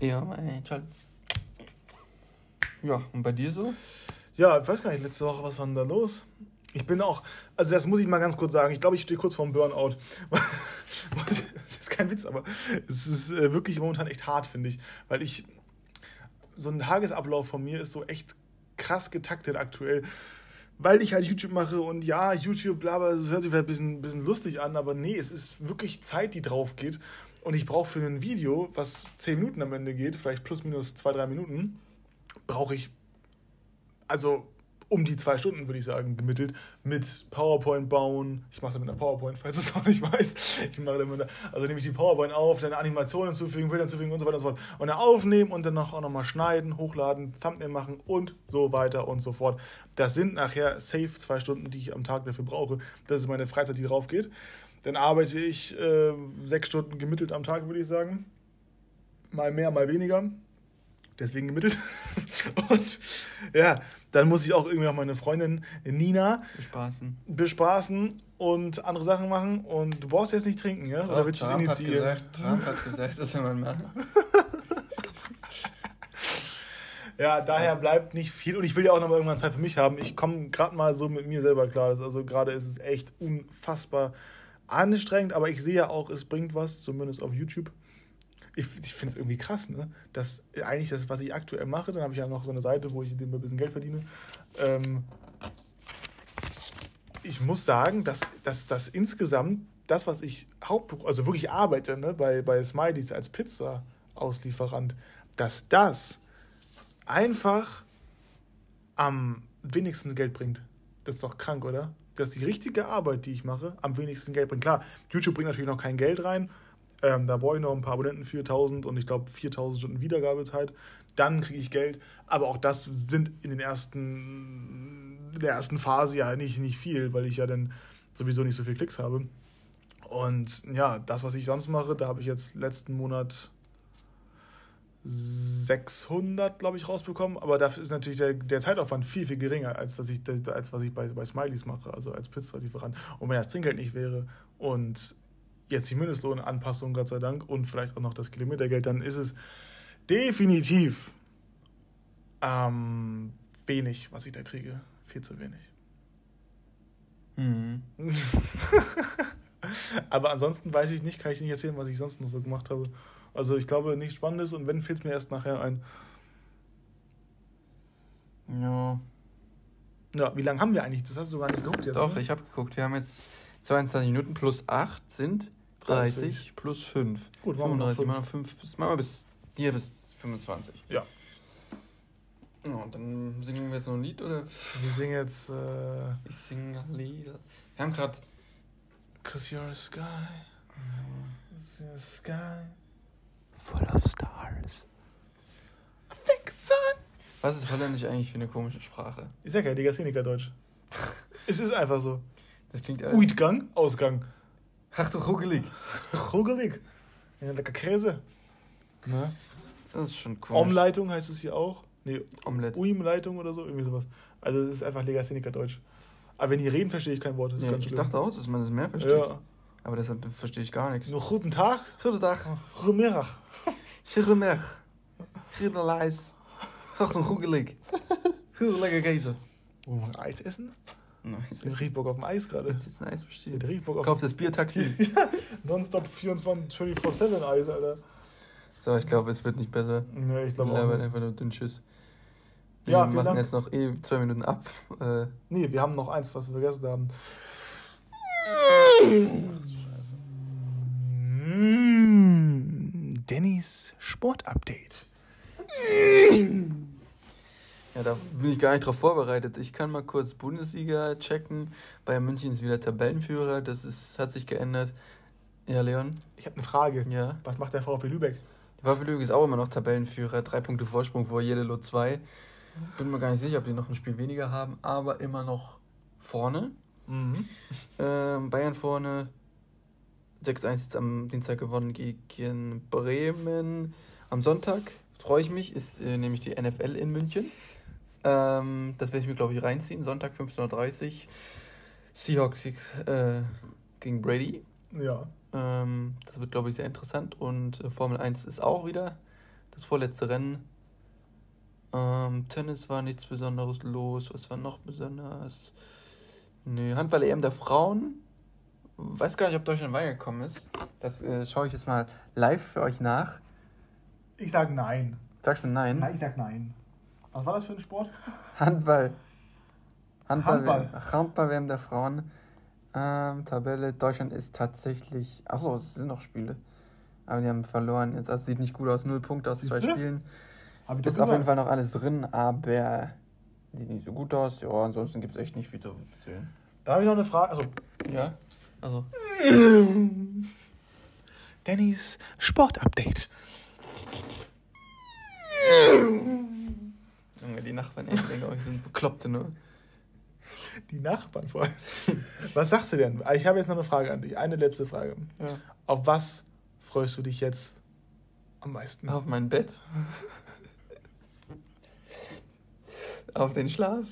Ja, und bei dir so? Ja, ich weiß gar nicht, letzte Woche, was war denn da los? Ich bin auch, also das muss ich mal ganz kurz sagen, ich glaube, ich stehe kurz vorm Burnout. Das ist kein Witz, aber es ist wirklich momentan echt hart, finde ich. Weil so ein Tagesablauf von mir ist so echt krass getaktet aktuell. Weil ich halt YouTube mache und ja, YouTube, bla, bla, das hört sich vielleicht ein bisschen lustig an, aber nee, es ist wirklich Zeit, die drauf geht. Und ich brauche für ein Video, was 10 Minuten am Ende geht, vielleicht plus minus 2-3 Minuten, brauche ich also um die 2 Stunden, würde ich sagen, gemittelt, mit PowerPoint bauen. Ich mache das mit einer PowerPoint, falls du es noch nicht weißt. Also nehme ich die PowerPoint auf, dann Animationen hinzufügen, Bilder hinzufügen und so weiter und so fort. Und dann aufnehmen und dann auch nochmal schneiden, hochladen, Thumbnail machen und so weiter und so fort. Das sind nachher safe 2 Stunden, die ich am Tag dafür brauche. Das ist meine Freizeit, die drauf geht. Dann arbeite ich 6 Stunden gemittelt am Tag, würde ich sagen. Mal mehr, mal weniger. Deswegen gemittelt. Und ja, dann muss ich auch irgendwie noch meine Freundin Nina bespaßen und andere Sachen machen. Und du brauchst jetzt nicht trinken, ja? Oder willst du es initiieren? Trump hat gesagt, das soll man machen. Ja, daher bleibt nicht viel. Und ich will ja auch noch mal irgendwann Zeit für mich haben. Ich komme gerade mal so mit mir selber klar. Also gerade ist es echt unfassbar anstrengend. Aber ich sehe ja auch, es bringt was, zumindest auf YouTube. Ich finde es irgendwie krass, ne? Dass eigentlich das, was ich aktuell mache, dann habe ich ja noch so eine Seite, wo ich ein bisschen Geld verdiene. Ich muss sagen, dass das insgesamt, das, was ich also wirklich arbeite, ne, bei Smileys als Pizza-Auslieferant, dass das einfach am wenigsten Geld bringt. Das ist doch krank, oder? Dass die richtige Arbeit, die ich mache, am wenigsten Geld bringt. Klar, YouTube bringt natürlich noch kein Geld rein. Da brauche ich noch ein paar Abonnenten für 1000 und ich glaube 4000 Stunden Wiedergabezeit. Dann kriege ich Geld. Aber auch das sind in der ersten Phase ja nicht viel, weil ich ja dann sowieso nicht so viele Klicks habe. Und ja, das, was ich sonst mache, da habe ich jetzt letzten Monat 600, glaube ich, rausbekommen. Aber dafür ist natürlich der Zeitaufwand viel, viel geringer, als was ich bei Smileys mache, also als Pizzalieferant. Und wenn das Trinkgeld nicht wäre und jetzt die Mindestlohnanpassung, Gott sei Dank, und vielleicht auch noch das Kilometergeld, dann ist es definitiv wenig, was ich da kriege. Viel zu wenig. Mhm. Aber ansonsten weiß ich nicht, kann ich nicht erzählen, was ich sonst noch so gemacht habe. Also ich glaube, nichts Spannendes und wenn, fällt es mir erst nachher ein. Ja. Ja, wie lange haben wir eigentlich? Das hast du gar nicht geguckt jetzt. Doch, oder? ich habe geguckt. Wir haben jetzt 22 Minuten plus 8 sind 30 plus 5. Gut, 35, machen wir bis 25. Ja. Ja, und dann singen wir jetzt noch ein Lied, oder? Wir singen jetzt... Ich singe Lieder. Wir haben gerade... 'Cause you're a sky. 'Cause you're a sky. Full of stars. I think it's on. Was ist Holländisch eigentlich für eine komische Sprache? Ich sag ja, Legastheniker Deutsch. Es ist einfach so. Das klingt Uitgang, Ausgang. Ach du ruggelig. Ruggelig. Ja, lecker Käse. Ne? Das ist schon komisch. Umleitung heißt es hier auch. Nee, Omelette. Umleitung oder so, irgendwie sowas. Also es ist einfach Legastheniker Deutsch. Aber wenn die reden, verstehe ich kein Wort. Das ist Ja, ganz ich schlimm. dachte auch, dass man das mehr versteht. Ja. Aber deshalb verstehe ich gar nichts. Nur guten Tag. Guten Tag. Goedemiddag. Goedemiddag. Goedemiddag. Ach du ruggelig. Lecker Käse. Wollen wir mal Eis essen? Nice. Ich hab richtig Bock auf ein Eis gerade. Das ist jetzt ein Eis bestehen. Ich hab richtig Bock auf Kauf das Biertaxi. Ja, nonstop 24/7 Eis, Alter. So, ich glaube, es wird nicht besser. Nee, ich glaube auch Labert nicht. einfach nur dünn Tschüss. Wir Ja, vielen machen Dank. jetzt noch 2 Minuten ab. Nee, wir haben noch eins, was wir vergessen haben. Dannys Sportupdate. Ja, da bin ich gar nicht drauf vorbereitet. Ich kann mal kurz Bundesliga checken. Bayern München ist wieder Tabellenführer. Hat sich geändert. Ja, Leon? Ich habe eine Frage. Ja. Was macht der VfB Lübeck? Der VfB Lübeck ist auch immer noch Tabellenführer. 3 Punkte Vorsprung vor Jeddelo 2. Bin mir gar nicht sicher, ob die noch ein Spiel weniger haben, aber immer noch vorne. Mhm. Bayern vorne. 6-1 jetzt am Dienstag gewonnen gegen Bremen. Am Sonntag, freue ich mich, ist nämlich die NFL in München. Das werde ich mir, glaube ich, reinziehen. Sonntag 15:30 Uhr. Seahawks gegen Brady. Ja. Das wird, glaube ich, sehr interessant. Und Formel 1 ist auch wieder das vorletzte Rennen. Tennis war nichts Besonderes los. Was war noch besonders? Nö, Handball-EM der Frauen. Weiß gar nicht, ob Deutschland weitergekommen ist. Das schaue ich jetzt mal live für euch nach. Ich sag nein. Sagst du nein? Nein, ich sag nein. Was war das für ein Sport? Handball. Handball. Handball-WM der Frauen. Tabelle. Deutschland ist tatsächlich... Achso, es sind noch Spiele. Aber die haben verloren. Jetzt also sieht nicht gut aus. 0 Punkte aus 2 Siehste? Spielen. Hab ich doch Ist gesagt. auf jeden Fall noch alles drin, aber sieht nicht so gut aus. Ja, ansonsten gibt es echt nicht viel zu erzählen. Da habe ich noch eine Frage. Also, Ja, also... Dannys Sportupdate. Junge, die Nachbarn, ey, denken euch sind Bekloppte, ne? Die Nachbarn vor allem. Was sagst du denn? Ich habe jetzt noch eine Frage an dich. Eine letzte Frage. Ja. Auf was freust du dich jetzt am meisten? Auf mein Bett. Auf den Schlaf.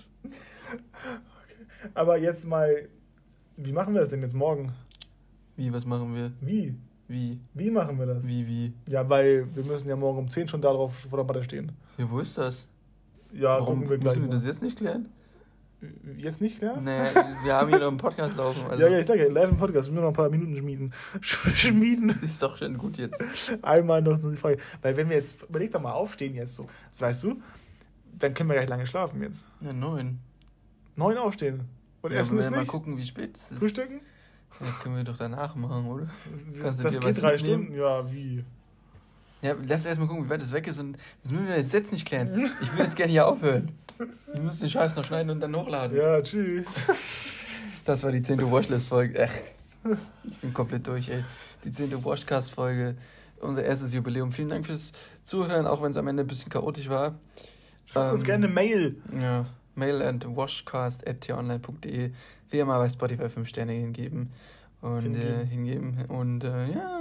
Aber jetzt mal, wie machen wir das denn jetzt morgen? Wie, was machen wir? Wie? Wie? Wie machen wir das? Wie? Ja, weil wir müssen ja morgen um 10 schon da drauf vor der Matte stehen. Ja, wo ist das? Ja, Warum gucken wir gleich müssen wir mal. das jetzt nicht klären? Jetzt nicht, klar? Nee, wir haben hier noch einen Podcast laufen. Also Ja, ich sage ja, live im Podcast, wir müssen noch ein paar Minuten schmieden. Schmieden. ist doch schon gut jetzt. Einmal noch so die Frage. Weil wenn wir jetzt, überleg doch mal, aufstehen jetzt so, das weißt du, dann können wir gleich lange schlafen jetzt. Ja, 9. 9 aufstehen. Und Ja, essen wir ist werden mal nicht? gucken, wie spät es ist. Frühstücken? Ja, können wir doch danach machen, oder? Das Kannst du dir geht was 3 mitnehmen? Stunden? Ja, wie? Ja, lass erst mal gucken, wie weit das weg ist und das müssen wir jetzt nicht klären. Ich will jetzt gerne hier aufhören. Ich muss den Scheiß noch schneiden und dann hochladen. Ja, tschüss. Das war die 10. Washlist-Folge. Ich bin komplett durch, ey. Die 10. Washcast-Folge, unser erstes Jubiläum. Vielen Dank fürs Zuhören, auch wenn es am Ende ein bisschen chaotisch war. Schreibt uns gerne eine Mail. Ja, mail@washcast@t-online.de. Wie immer bei Spotify 5 Sterne hingeben. Und hingeben. Und ja.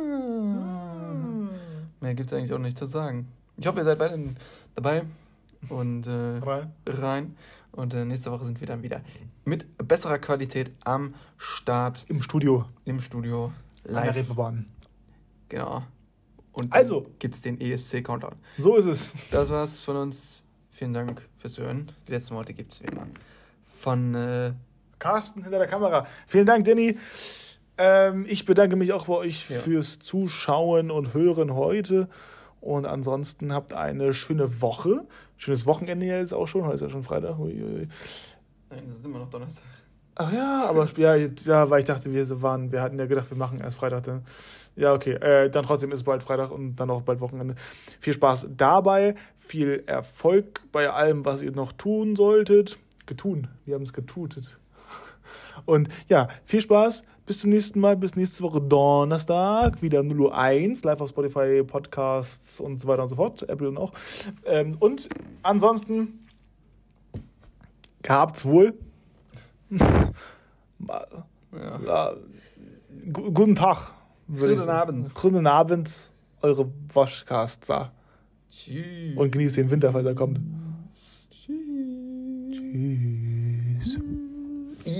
Mehr gibt es eigentlich auch nicht zu sagen. Ich hoffe, ihr seid beide dabei. Und rein. Und nächste Woche sind wir dann wieder mit besserer Qualität am Start. Im Studio. Live. An der Reeperbahn. Genau. Und also gibt es den ESC-Countdown. So ist es. Das war's von uns. Vielen Dank fürs Hören. Die letzten Worte gibt es wie immer von Carsten hinter der Kamera. Vielen Dank, Danny. Ich bedanke mich auch bei euch fürs Zuschauen und Hören heute. Und ansonsten habt eine schöne Woche. Schönes Wochenende ja jetzt auch schon. Heute ist ja schon Freitag. Nein, es ist immer noch Donnerstag. Ach ja, aber ja, weil ich dachte, wir hatten ja gedacht, wir machen erst Freitag. Dann. Ja, okay. Dann trotzdem ist bald Freitag und dann auch bald Wochenende. Viel Spaß dabei. Viel Erfolg bei allem, was ihr noch tun solltet. Wir haben es getutet. Und ja, viel Spaß. Bis zum nächsten Mal. Bis nächste Woche Donnerstag. Wieder 0:01. Live auf Spotify, Podcasts und so weiter und so fort. Apple und auch. Und ansonsten gehabt's wohl. Guten Tag. Guten Abend. Eure Washcasts. Tschüss. Und genießt den Winter, falls er kommt. Tschüss. Tschüss.